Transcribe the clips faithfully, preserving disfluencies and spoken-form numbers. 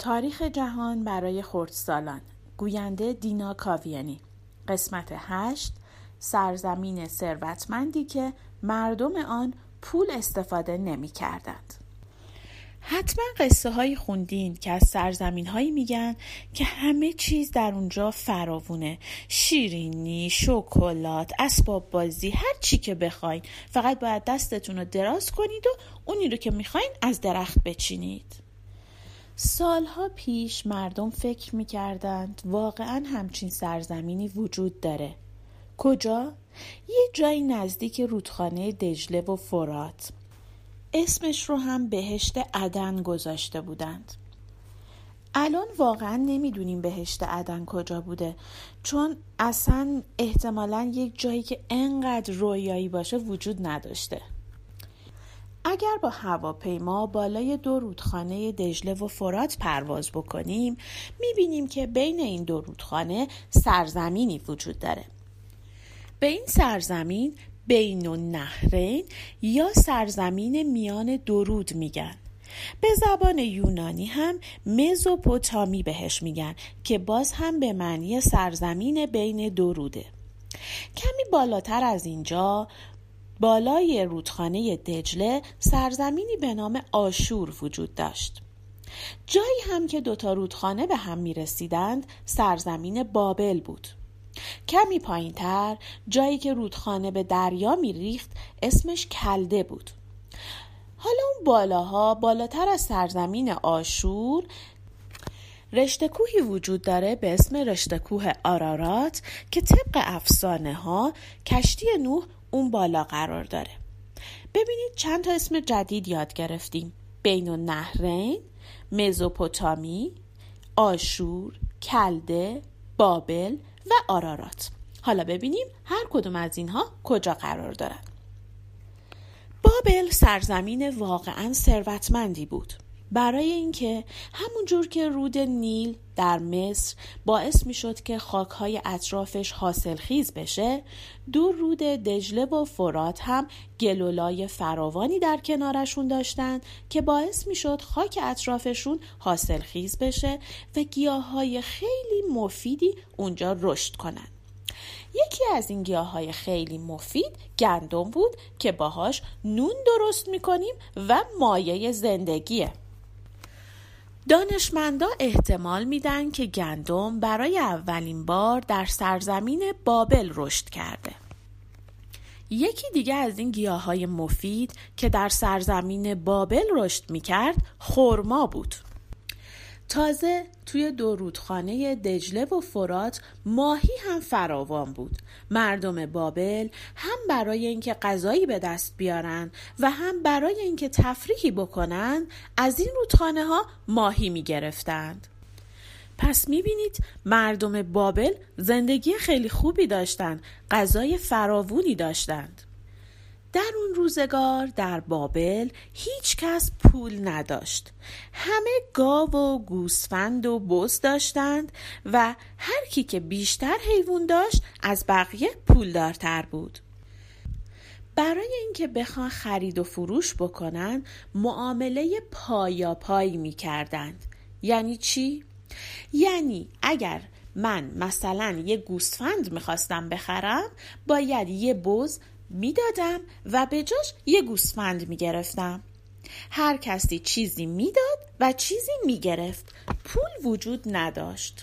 تاریخ جهان برای خردسالان، گوینده دینا کاویانی. قسمت هشت، سرزمین ثروتمندی که مردم آن پول استفاده نمی کردند. حتما قصه هایی خوندین که از سرزمین هایی میگن که همه چیز در اونجا فراوونه، شیرینی، شکلات، اسباب بازی، هر چی که بخواین، فقط باید دستتون رو دراز کنید و اونی رو که میخواین از درخت بچینید. سالها پیش مردم فکر میکردند واقعا همچین سرزمینی وجود داره. کجا؟ یه جایی نزدیک رودخانه دجله و فرات. اسمش رو هم بهشت عدن گذاشته بودند. الان واقعا نمیدونیم بهشت عدن کجا بوده، چون اصلا احتمالاً یک جایی که انقدر رویایی باشه وجود نداشته. اگر با هواپیما بالای دو رودخانه دجله و فرات پرواز بکنیم، میبینیم که بین این دو رودخانه سرزمینی وجود داره. به این سرزمین بین النهرین یا سرزمین میان دو رود میگن. به زبان یونانی هم مزوپوتامی بهش میگن که باز هم به معنی سرزمین بین دو روده. کمی بالاتر از اینجا، بالای رودخانه دجله، سرزمینی به نام آشور وجود داشت. جایی هم که دوتا رودخانه به هم میرسیدند سرزمین بابل بود. کمی پایین تر، جایی که رودخانه به دریا میریخت، اسمش کلده بود. حالا اون بالاها، بالاتر از سرزمین آشور، رشته کوهی وجود داره به اسم رشته کوه آرارات که طبق افسانه ها کشتی نوح اون بالا قرار داره. ببینید چند تا اسم جدید یاد گرفتیم: بین النهرین، مزوپوتامی، آشور، کلده، بابل و آرارات. حالا ببینیم هر کدوم از اینها کجا قرار دارن. بابل سرزمین واقعا ثروتمندی بود، برای اینکه همونجور که رود نیل در مصر باعث می شد که خاکهای اطرافش حاصلخیز بشه، دو رود دجله و فرات هم گلولای فراوانی در کنارشون داشتن که باعث می شد خاک اطرافشون حاصلخیز بشه و گیاهای خیلی مفیدی اونجا رشد کنن. یکی از این گیاهای خیلی مفید گندم بود که باهاش نون درست می کنیم و مایه زندگیه. دانشمندا احتمال میدن که گندم برای اولین بار در سرزمین بابل رشد کرده. یکی دیگه از این گیاهای مفید که در سرزمین بابل رشد میکرد خرما بود. تازه توی دو رودخانه دجله و فرات ماهی هم فراوان بود. مردم بابل هم برای اینکه غذایی به دست بیارن و هم برای اینکه تفریحی بکنن از این رودخانه ها ماهی می گرفتند. پس می بینید مردم بابل زندگی خیلی خوبی داشتن، غذای فراوونی داشتند. در اون روزگار در بابل هیچ کس پول نداشت. همه گاو و گوسفند و بز داشتند و هر کی که بیشتر حیوان داشت از بقیه پولدارتر بود. برای اینکه بخوان خرید و فروش بکنن معامله پایا پای می کردند. یعنی چی؟ یعنی اگر من مثلا یه گوسفند میخواستم بخرم، باید یه بز میدادم و به جاش یه گوسفند میگرفتم. هر کسی چیزی میداد و چیزی میگرفت. پول وجود نداشت.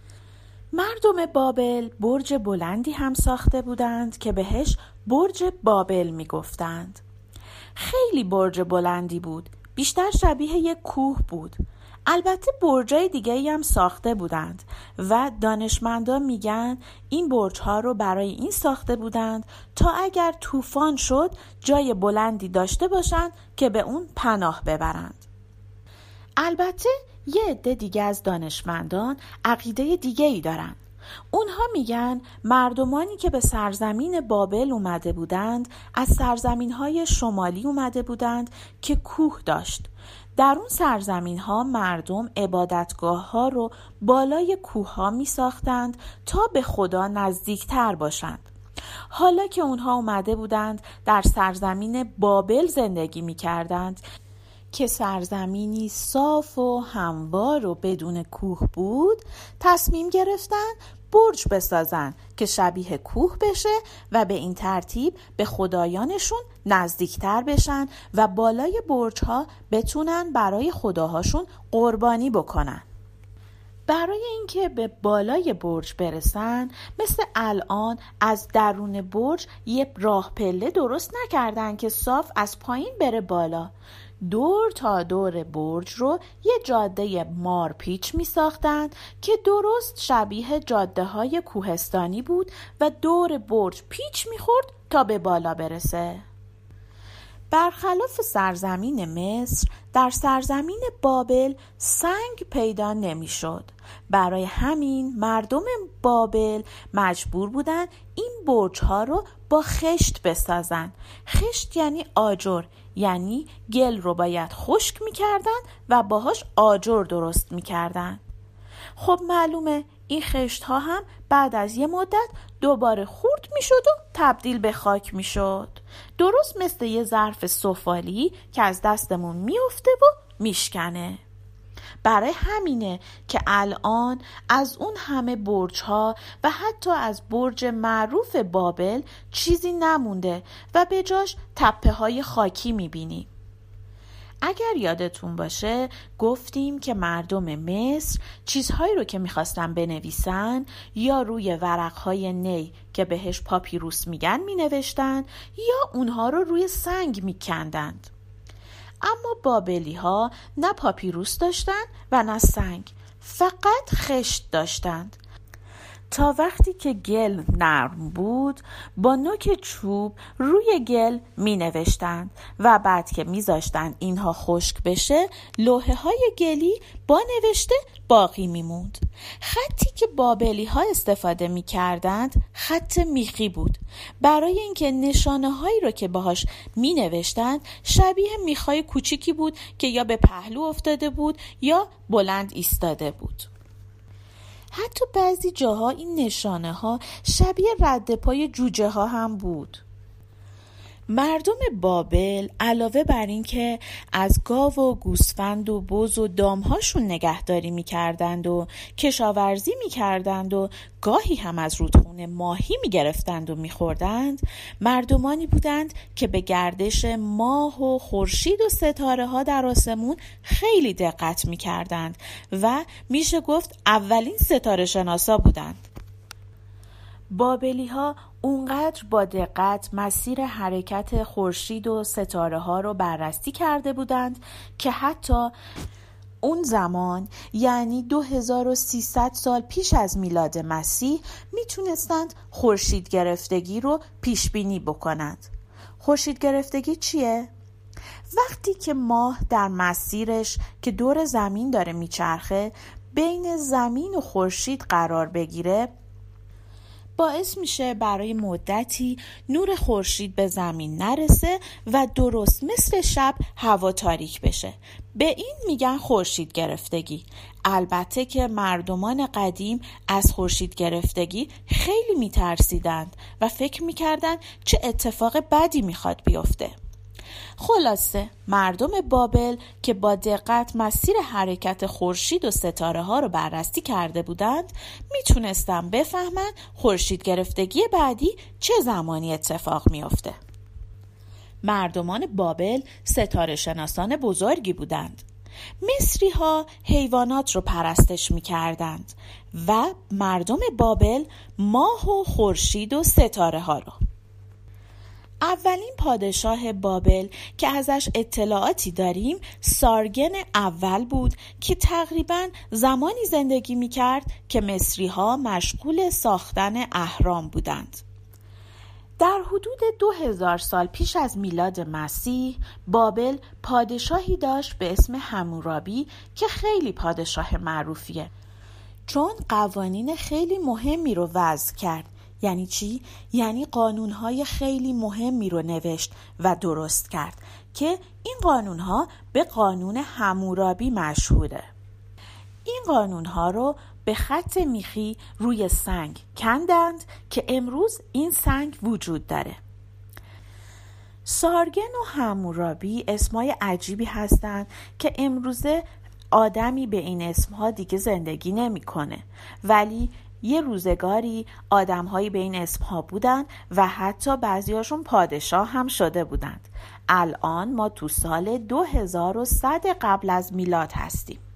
مردم بابل برج بلندی هم ساخته بودند که بهش برج بابل میگفتند. خیلی برج بلندی بود، بیشتر شبیه یک کوه بود. البته برجای دیگه‌ای هم ساخته بودند و دانشمندان میگن این برج‌ها رو برای این ساخته بودند تا اگر طوفان شد جای بلندی داشته باشند که به اون پناه ببرند. البته یه عده دیگه از دانشمندان عقیده دیگه‌ای دارن. اونها میگن مردمانی که به سرزمین بابل اومده بودند از سرزمین‌های شمالی اومده بودند که کوه داشت. در اون سرزمین ها مردم عبادتگاه ها رو بالای کوه ها می ساختند تا به خدا نزدیکتر باشند. حالا که اونها اومده بودند در سرزمین بابل زندگی می کردند، که سرزمینی صاف و هموار و بدون کوه بود، تصمیم گرفتن برج بسازن که شبیه کوه بشه و به این ترتیب به خدایانشون نزدیکتر بشن و بالای برج‌ها بتونن برای خداهاشون قربانی بکنن. برای اینکه به بالای برج برسن، مثل الان از درون برج یه راه پله درست نکردن که صاف از پایین بره بالا. دور تا دور برج رو یه جاده مارپیچ می ساختن که درست شبیه جاده های کوهستانی بود و دور برج پیچ می خورد تا به بالا برسه. برخلاف سرزمین مصر، در سرزمین بابل سنگ پیدا نمی شد. برای همین مردم بابل مجبور بودن این برج ها رو با خشت بسازن. خشت یعنی آجر، یعنی گل رو باید خشک می کردن و باهاش آجر درست می کردن. خب معلومه این خشت ها هم بعد از یه مدت دوباره خورد می شد و تبدیل به خاک می شد. درست مثل یه ظرف سفالی که از دستمون می افته و میشکنه. برای همینه که الان از اون همه برج ها و حتی از برج معروف بابل چیزی نمونده و به جاش تپه های خاکی می بینیم. اگر یادتون باشه گفتیم که مردم مصر چیزهایی رو که میخواستن بنویسن یا روی ورقهای نی که بهش پاپیروس میگن مینوشتن یا اونها رو روی سنگ میکندند. اما بابلی ها نه پاپیروس داشتن و نه سنگ، فقط خشت داشتند. تا وقتی که گل نرم بود با نوک چوب روی گل می نوشتند و بعد که می زاشتند اینها خشک بشه لوحه های گلی با نوشته باقی می موند. خطی که بابلی ها استفاده می کردند خط میخی بود. برای اینکه نشانه هایی رو که باهاش می نوشتند شبیه میخای کوچیکی بود که یا به پهلو افتاده بود یا بلند ایستاده بود. حتی بعضی جاها این نشانه ها شبیه رد پای جوجه ها هم بود. مردم بابل علاوه بر این که از گاو و گوسفند و بز و دامهاشون نگهداری میکردند و کشاورزی میکردند و گاهی هم از رودخونه ماهی میگرفتند و میخوردند، مردمانی بودند که به گردش ماه و خورشید و ستاره ها در آسمون خیلی دقت میکردند و میشه گفت اولین ستاره شناسا بودند. بابلی ها اونقدر با دقت مسیر حرکت خورشید و ستاره ها رو بررسی کرده بودند که حتی اون زمان یعنی دو هزار و سیصد سال پیش از میلاد مسیح میتونستند خورشید گرفتگی رو پیش بینی بکنند. خورشید گرفتگی چیه؟ وقتی که ماه در مسیرش که دور زمین داره میچرخه بین زمین و خورشید قرار بگیره، باعث میشه برای مدتی نور خورشید به زمین نرسه و درست مثل شب هوا تاریک بشه. به این میگن خورشید گرفتگی. البته که مردمان قدیم از خورشید گرفتگی خیلی میترسیدند و فکر میکردند چه اتفاق بدی میخواد بیفته. خلاصه مردم بابل که با دقت مسیر حرکت خورشید و ستاره ها رو بررسی کرده بودند میتونستن بفهمن خورشید گرفتگی بعدی چه زمانی اتفاق میفته. مردمان بابل ستاره شناسان بزرگی بودند. مصری ها حیوانات رو پرستش میکردند و مردم بابل ماه و خورشید و ستاره ها رو. اولین پادشاه بابل که ازش اطلاعاتی داریم سارگن اول بود که تقریباً زمانی زندگی میکرد که مصری ها مشغول ساختن اهرام بودند. در حدود دو هزار سال پیش از میلاد مسیح بابل پادشاهی داشت به اسم همورابی که خیلی پادشاه معروفیه، چون قوانین خیلی مهمی رو وضع کرد. یعنی چی؟ یعنی قانونهای خیلی مهمی رو نوشت و درست کرد که این قانونها به قانون همورابی مشهوره. این قانونها رو به خط میخی روی سنگ کندند که امروز این سنگ وجود داره. سارگن و حمورابی اسمای عجیبی هستن که امروزه آدمی به این اسمها دیگه زندگی نمیکنه، ولی یه روزگاری آدم‌هایی به این اسمها بودن و حتی بعضیاشون پادشاه هم شده بودند. الان ما تو سال دو هزار و صد قبل از میلاد هستیم.